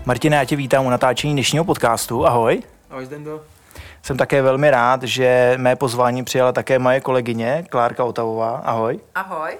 Martine, já tě vítám u natáčení dnešního podcastu. Ahoj. Ahoj, Zdendo. Jsem také velmi rád, že mé pozvání přijala také moje kolegyně Klárka Otavová. Ahoj. Ahoj.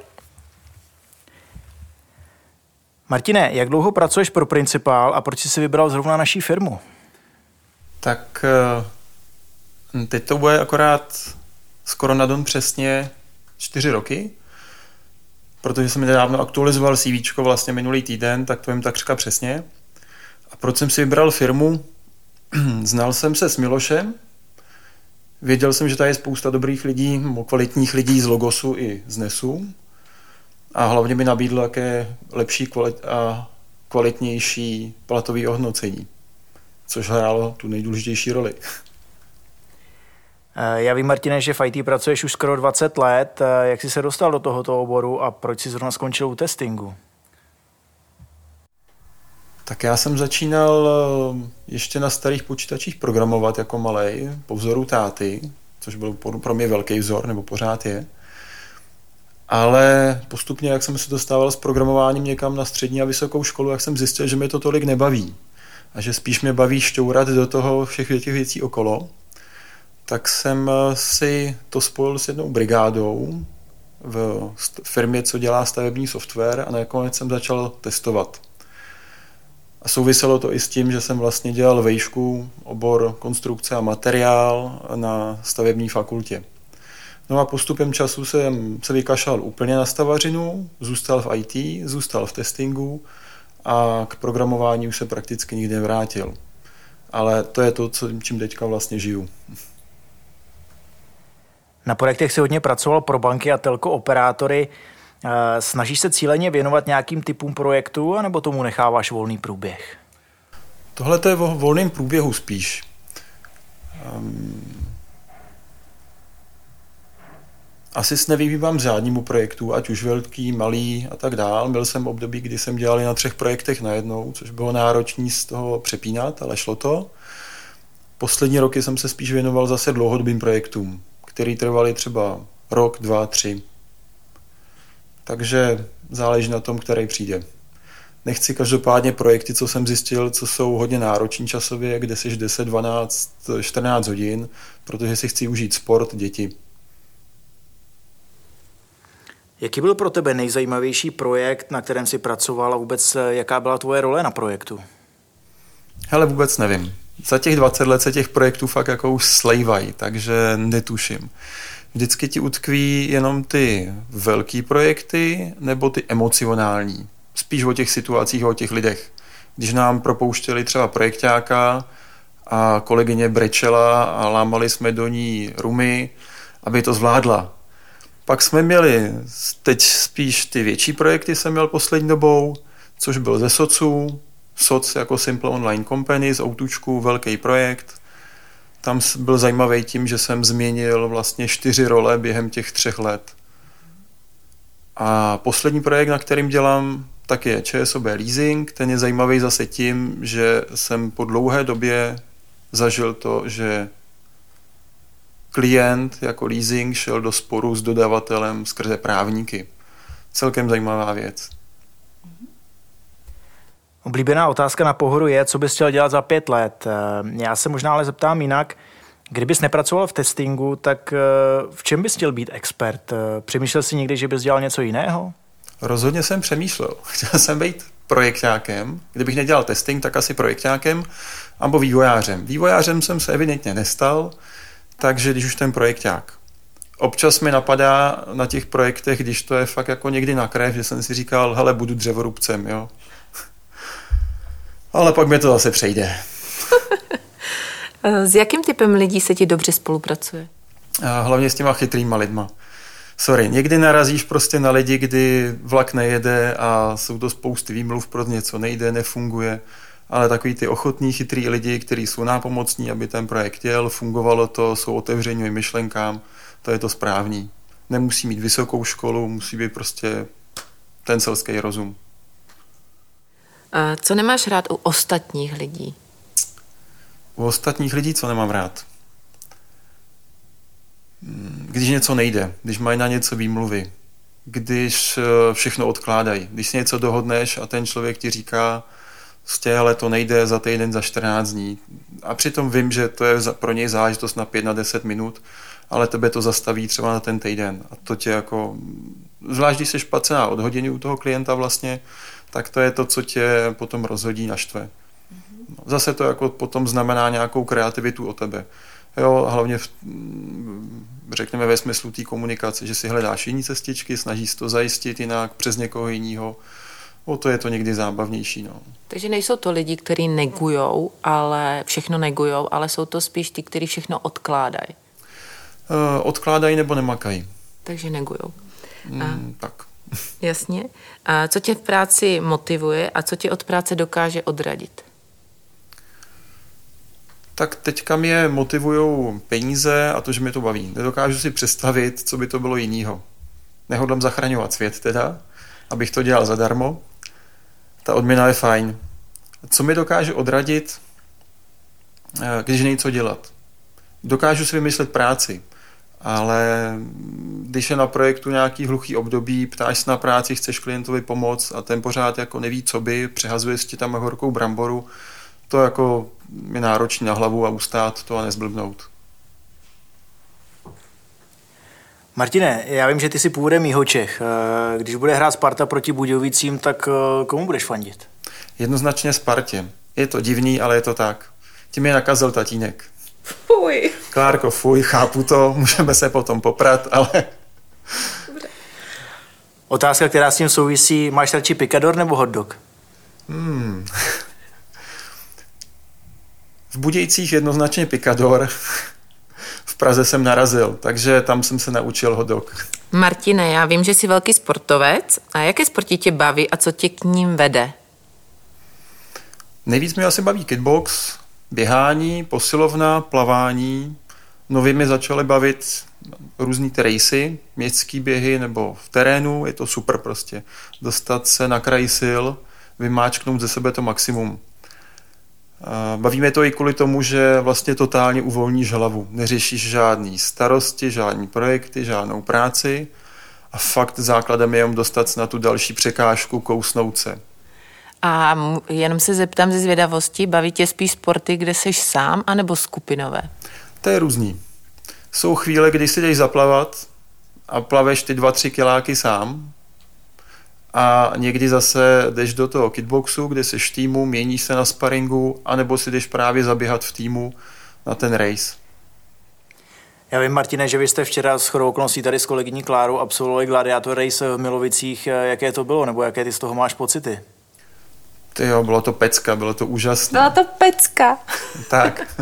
Martine, jak dlouho pracuješ pro Principal a proč jsi si vybral zrovna naší firmu? Tak teď to bude akorát skoro na den přesně 4 roky, protože jsem nedávno aktualizoval CVčko vlastně minulý týden, tak to vím takřka přesně. A proč jsem si vybral firmu? Znal jsem se s Milošem, věděl jsem, že tady je spousta dobrých lidí, kvalitních lidí z Logosu i z Nesu a hlavně mi nabídlo jaké lepší a kvalitnější platový ohodnocení, což hrálo tu nejdůležitější roli. Já vím, Martine, že v IT pracuješ už skoro 20 let. Jak jsi se dostal do tohoto oboru a proč jsi zrovna skončil u testingu? Tak já jsem začínal ještě na starých počítačích programovat jako malej, po vzoru táty, což byl pro mě velký vzor, nebo pořád je. Ale postupně, jak jsem se dostával s programováním někam na střední a vysokou školu, jak jsem zjistil, že mě to tolik nebaví. A že spíš mě baví šťourat do toho všech těch věcí okolo. Tak jsem si to spojil s jednou brigádou v firmě, co dělá stavební software a nakonec jsem začal testovat. A souviselo to i s tím, že jsem vlastně dělal vejšku, obor konstrukce a materiál na stavební fakultě. No a postupem času jsem se vykašlal úplně na stavařinu, zůstal v IT, zůstal v testingu a k programování už se prakticky nikdy nevrátil. Ale to je to, čím teďka vlastně žiju. Na projektech si hodně pracoval pro banky a telko operátory. Snažíš se cíleně věnovat nějakým typům projektu, anebo tomu necháváš volný průběh? Tohle to je o volném průběhu spíš. Asi se nevyhýbám žádnému projektu, ať už velký, malý a tak dál. Byl jsem období, kdy jsem dělal na 3 projektech najednou, což bylo náročné z toho přepínat, ale šlo to. Poslední roky jsem se spíš věnoval zase dlouhodobým projektům, které trvaly třeba rok, 2, 3. Takže záleží na tom, který přijde. Nechci každopádně projekty, co jsem zjistil, co jsou hodně náročný časově, kde jsi 10, 12, 14 hodin, protože si chci užít sport, děti. Jaký byl pro tebe nejzajímavější projekt, na kterém jsi pracoval a vůbec jaká byla tvoje role na projektu? Hele, vůbec nevím. Za těch 20 let se těch projektů fakt jako už slejvají, takže netuším. Vždycky ti utkví jenom ty velký projekty nebo ty emocionální. Spíš o těch situacích a o těch lidech. Když nám propouštěli třeba projekťáka a kolegyně brečela a lámali jsme do ní rumy, aby to zvládla. Pak jsme měli, teď spíš ty větší projekty jsem měl poslední dobou, což byl ze SOCu, SOC jako Simple Online Company z Outučku, velký projekt. Tam byl zajímavý tím, že jsem změnil vlastně 4 role během těch 3 let. A poslední projekt, na kterým dělám, tak je ČSOB Leasing. Ten je zajímavý zase tím, že jsem po dlouhé době zažil to, že klient jako leasing šel do sporu s dodavatelem skrze právníky. Celkem zajímavá věc. Oblíbená otázka na pohodu je, co bys chtěl dělat za 5 let. Já se možná ale zeptám jinak. Kdybys nepracoval v testingu, tak v čem bys chtěl být expert? Přemýšlel jsi někdy, že bys dělal něco jiného? Rozhodně jsem přemýšlel. Chtěl jsem být projekťákem. Kdybych nedělal testing, tak asi projekťákem nebo vývojářem. Vývojářem jsem se evidentně nestal, takže když už ten projekťák. Občas mi napadá na těch projektech, když to je fakt jako někdy na krev, že jsem si říkal, hele, budu dřevorubcem, jo. Ale pak mě to zase přejde. S jakým typem lidí se ti dobře spolupracuje? Hlavně s těma chytrýma lidma. Sorry, někdy narazíš prostě na lidi, kdy vlak nejede a jsou to spousty výmluv, pro něco nejde, nefunguje, ale takový ty ochotní, chytrý lidi, kteří jsou nápomocní, aby ten projekt jel, fungovalo to, jsou otevření myšlenkám, to je to správný. Nemusí mít vysokou školu, musí být prostě ten selský rozum. Co nemáš rád u ostatních lidí? U ostatních lidí, co nemám rád? Když něco nejde, když mají na něco výmluvy, když všechno odkládají, když si něco dohodneš a ten člověk ti říká, ale to nejde za týden, za 14 dní. A přitom vím, že to je pro něj záležitost na 5 na 10 minut, ale tebe to zastaví třeba na ten týden. A to tě jako, zvlášť když jsi špacená od hodiny u toho klienta vlastně, tak to je to, co tě potom rozhodí, naštve. Zase to jako potom znamená nějakou kreativitu o tebe. Jo, hlavně řekněme ve smyslu té komunikace, že si hledáš jiné cestičky, snažíš to zajistit jinak přes někoho jiného. O to je to někdy zábavnější. No. Takže nejsou to lidi, kteří negujou, ale všechno negujou, ale jsou to spíš ty, kteří všechno odkládají. Odkládají nebo nemakají. Takže negujou. Tak. Jasně. A co tě v práci motivuje a co tě od práce dokáže odradit? Tak teďka mě motivujou peníze a to, že mě to baví. Nedokážu si představit, co by to bylo jinýho. Nehodlám zachraňovat svět teda, abych to dělal zadarmo. Ta odměna je fajn. Co mi dokáže odradit, když není co dělat? Dokážu si vymyslet práci, ale když je na projektu nějaký hluchý období, ptáš se na práci, chceš klientovi pomoct a ten pořád jako neví, co by, přehazuje si tam horkou bramboru, to jako je náročný na hlavu a ustát to a nezblbnout. Martine, já vím, že ty jsi původem Jihočech. Když bude hrát Sparta proti Budějovicím, tak komu budeš fandit? Jednoznačně Spartě. Je to divný, ale je to tak. Tím je nakazil tatínek. Fuj. Klárko, fuj, chápu to, můžeme se potom poprat, ale... Otázka, která s tím souvisí, máš radši pikador nebo hotdog? V Budějcích jednoznačně pikador. V Praze jsem narazil, takže tam jsem se naučil hotdog. Martine, já vím, že jsi velký sportovec. A jaké sporty tě baví a co tě k ním vede? Nejvíc mě asi baví kickbox, běhání, posilovna, plavání. Nově mi začaly bavit různý ty rejsy, městský běhy nebo v terénu. Je to super prostě. Dostat se na kraj sil, vymáčknout ze sebe to maximum. Bavíme to i kvůli tomu, že vlastně totálně uvolníš hlavu. Neřešíš žádný starosti, žádný projekty, žádnou práci a fakt základem je jenom dostat se na tu další překážku, kousnout se. A jenom se zeptám ze zvědavosti, baví tě spíš sporty, kde jsi sám, anebo skupinové? To je různý. Jsou chvíle, kdy si jdeš zaplavat a plaveš ty 2-3 kiláky sám a někdy zase jdeš do toho kitboxu, kde seš v týmu, měníš se na sparingu, anebo si jdeš právě zaběhat v týmu na ten race. Já vím, Martine, že vy jste včera s shodou okolností tady s kolegyní Klárou absolvovali Gladiator Race v Milovicích. Jaké to bylo, nebo jaké ty z toho máš pocity? Tyjo, bylo to pecka, bylo to úžasné. Byla to pecka. Tak.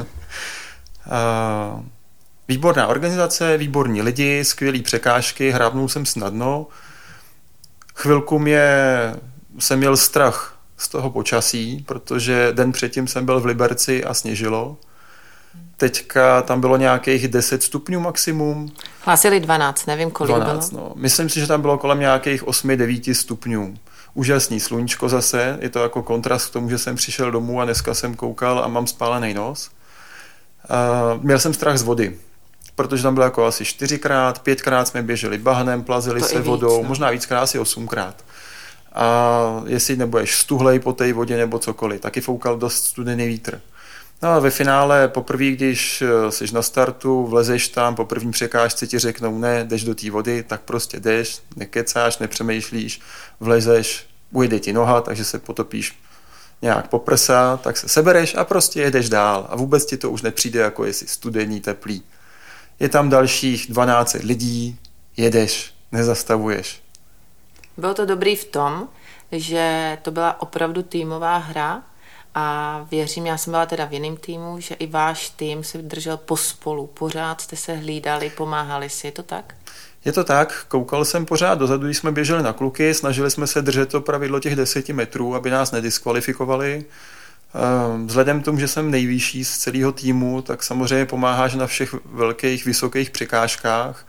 Výborná organizace, výborní lidi, skvělý překážky, hrábnul jsem snadno. Chvilku jsem měl strach z toho počasí, protože den předtím jsem byl v Liberci a sněžilo. Teďka tam bylo nějakých 10 stupňů maximum. Hlásili 12, nevím, kolik 12, bylo. no. Myslím si, že tam bylo kolem nějakých 8-9 stupňů. Úžasný sluníčko zase, je to jako kontrast k tomu, že jsem přišel domů a dneska jsem koukal a mám spálený nos. Měl jsem strach z vody, protože tam bylo jako asi 4krát, 5krát jsme běželi bahnem, plazili to se víc, vodou, no. možná víckrát asi 8krát. A jestli nebudeš stuhlej po té vodě nebo cokoliv, taky foukal dost studený vítr. No a ve finále poprvé, když jsi na startu, vlezeš tam, po první překážce ti řeknou ne, jdeš do té vody, tak prostě jdeš, nekecáš, nepřemýšlíš, vlezeš, ujede ti noha, takže se potopíš nějak po prsa, tak se sebereš a prostě jedeš dál. A vůbec ti to už nepřijde, jako jestli studený, teplý. Je tam dalších 12 lidí, jedeš, nezastavuješ. Bylo to dobrý v tom, že to byla opravdu týmová hra a věřím, já jsem byla teda v jiném týmu, že i váš tým se držel pospolu. Pořád jste se hlídali, pomáhali si, je to tak? Je to tak, koukal jsem pořád dozadu, když jsme běželi na kluky, snažili jsme se držet to pravidlo těch 10 metrů, aby nás nediskvalifikovali. Vzhledem k tomu, že jsem nejvyšší z celého týmu, tak samozřejmě pomáháš na všech velkých, vysokých překážkách.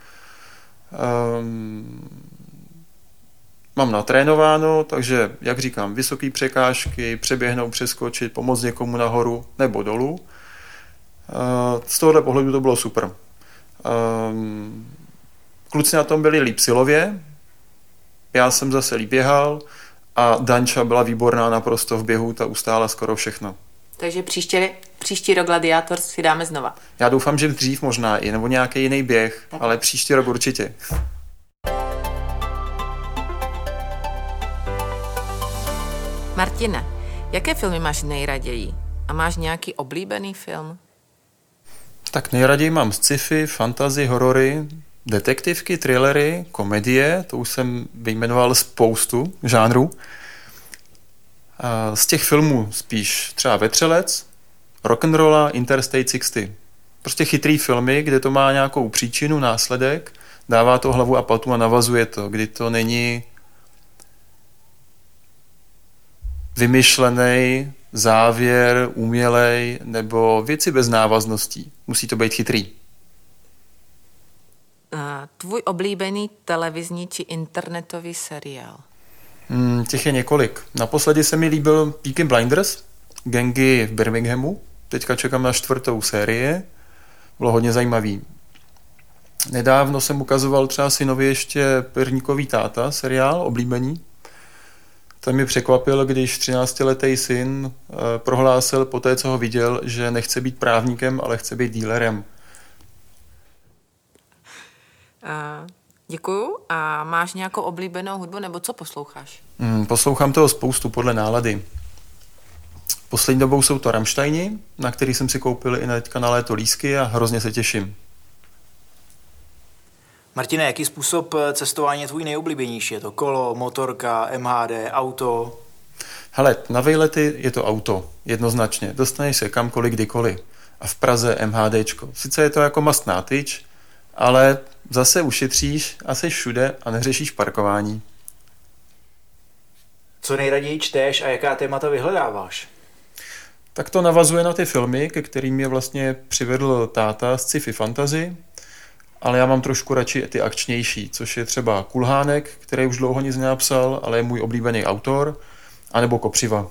Mám natrénováno, takže, jak říkám, vysoké překážky, přeběhnout, přeskočit, pomoct někomu nahoru nebo dolů. Z tohohle pohledu to bylo super. Kluci na tom byli líp silově, já jsem zase líp běhal A Danča byla výborná naprosto v běhu, ta ustála skoro všechno. Takže příští rok Gladiátor si dáme znova. Já doufám, že dřív možná i, nebo nějaký jiný běh, tak. Ale příští rok určitě. Martine, jaké filmy máš nejraději? A máš nějaký oblíbený film? Tak nejraději mám sci-fi, fantasy, horory, detektivky, thrillery, komedie, to už jsem vyjmenoval spoustu žánrů. A z těch filmů spíš třeba Vetřelec, Rock'n'Rolla, Interstate 60. Prostě chytrý filmy, kde to má nějakou příčinu, následek, dává to hlavu a patu a navazuje to, kdy to není vymyšlený závěr, umělej nebo věci bez návazností. Musí to být chytrý. Tvůj oblíbený televizní či internetový seriál? Těch je několik. Naposledy se mi líbil Peaky Blinders, gangy v Birminghamu. Teďka čekám na 4. sérii. Bylo hodně zajímavý. Nedávno jsem ukazoval třeba synovi ještě Perníkový táta, seriál oblíbený. Ten mi překvapil, když 13letý syn prohlásil po té, co ho viděl, že nechce být právníkem, ale chce být dealerem. Děkuju. A máš nějakou oblíbenou hudbu, nebo co posloucháš? Poslouchám toho spoustu podle nálady. Poslední dobou jsou to Rammsteini, na který jsem si koupil i teďka na léto lístky a hrozně se těším. Martine, jaký způsob cestování je tvůj nejoblíbenější? Je to kolo, motorka, MHD, auto? Hele, na vejlety je to auto, jednoznačně. Dostaneš se kamkoliv, kdykoliv. A v Praze MHDčko. Sice je to jako mastná tyč, ale zase ušetříš a jsi všude a neřešíš parkování. Co nejraději čteš a jaká témata vyhledáváš? Tak to navazuje na ty filmy, ke kterým mě vlastně přivedl táta z sci-fi fantasy, ale já mám trošku radši ty akčnější, což je třeba Kulhánek, který už dlouho nic nenapsal, ale je můj oblíbený autor, anebo Kopřiva.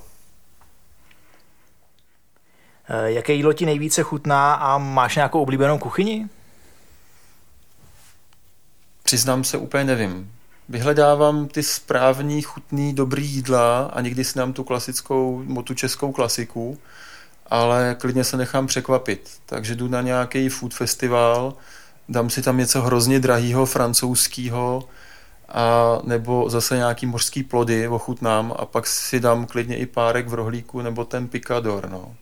Jaké jídlo ti nejvíce chutná a máš nějakou oblíbenou kuchyni? Přiznám se, úplně nevím. Vyhledávám ty správný, chutný, dobrý jídla a někdy si dám tu klasickou, tu českou klasiku, ale klidně se nechám překvapit. Takže jdu na nějaký food festival, dám si tam něco hrozně drahýho, francouzskýho, a nebo zase nějaký mořský plody ochutnám a pak si dám klidně i párek v rohlíku nebo ten picador, no.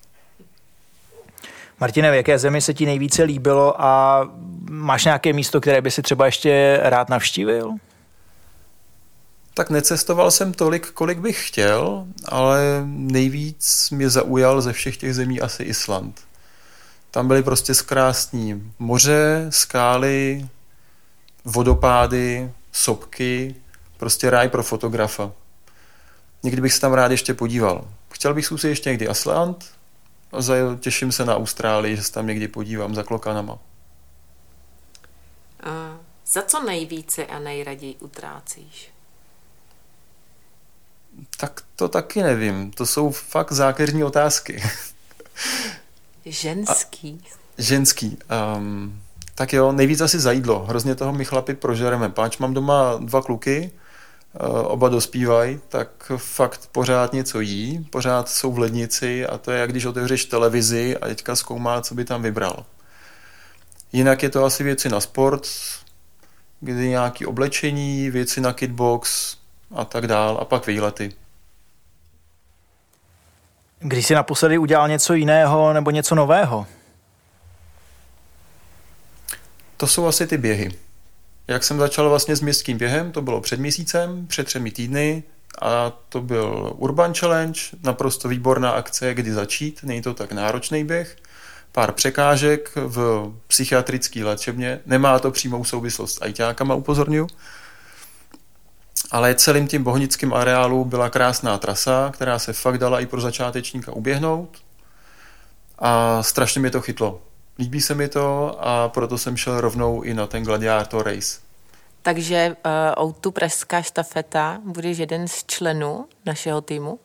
Martine, v jaké zemi se ti nejvíce líbilo a máš nějaké místo, které by si třeba ještě rád navštívil? Tak necestoval jsem tolik, kolik bych chtěl, ale nejvíc mě zaujal ze všech těch zemí asi Island. Tam byly prostě krásní moře, skály, vodopády, sopky, prostě ráj pro fotografa. Někdy bych se tam rád ještě podíval. Chtěl bych si ještě někdy Island a těším se na Austrálii, že se tam někdy podívám za klokanama. Za co nejvíce a nejraději utrácíš? Tak to taky nevím. To jsou fakt zákeřní otázky. Ženský. Ženský. Tak jo, nejvíc asi za jídlo. Hrozně toho my chlapi prožereme. Páč mám doma 2 kluky, oba dospívají, tak fakt pořád něco jí, pořád jsou v lednici a to je, jak když otevřeš televizi a teďka zkoumá, co by tam vybral. Jinak je to asi věci na sport, kdy nějaké oblečení, věci na kitbox a tak dál a pak výlety. Když jsi naposledy udělal něco jiného nebo něco nového? To jsou asi ty běhy. Jak jsem začal vlastně s městským během, to bylo před měsícem, před 3 týdny a to byl Urban Challenge, naprosto výborná akce, kdy začít, není to tak náročný běh, pár překážek v psychiatrické léčebně, nemá to přímou souvislost s ajťákama, upozorňuji, ale celým tím bohnickým areálu byla krásná trasa, která se fakt dala i pro začátečníka uběhnout a strašně mě to chytlo. Líbí se mi to a proto jsem šel rovnou i na ten Gladiator Race. Takže O2 pražská štafeta, budeš jeden z členů našeho týmu?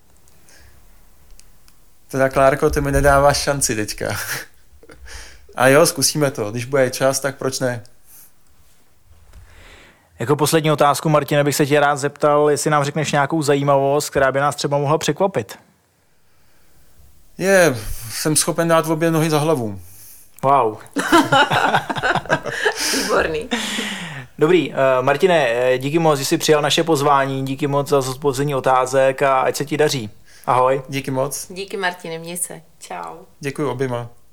Teda Klárko, ty mi nedáváš šanci teďka. A jo, zkusíme to. Když bude čas, tak proč ne? Jako poslední otázku, Martine, bych se tě rád zeptal, jestli nám řekneš nějakou zajímavost, která by nás třeba mohla překvapit. Jsem schopen dát obě nohy za hlavu. Wow. Výborný. Dobrý, Martine, díky moc, že jsi přijal naše pozvání, díky moc za zodpovězení otázek a ať se ti daří. Ahoj. Díky moc. Díky, Martine, měj se. Čau. Děkuji oběma.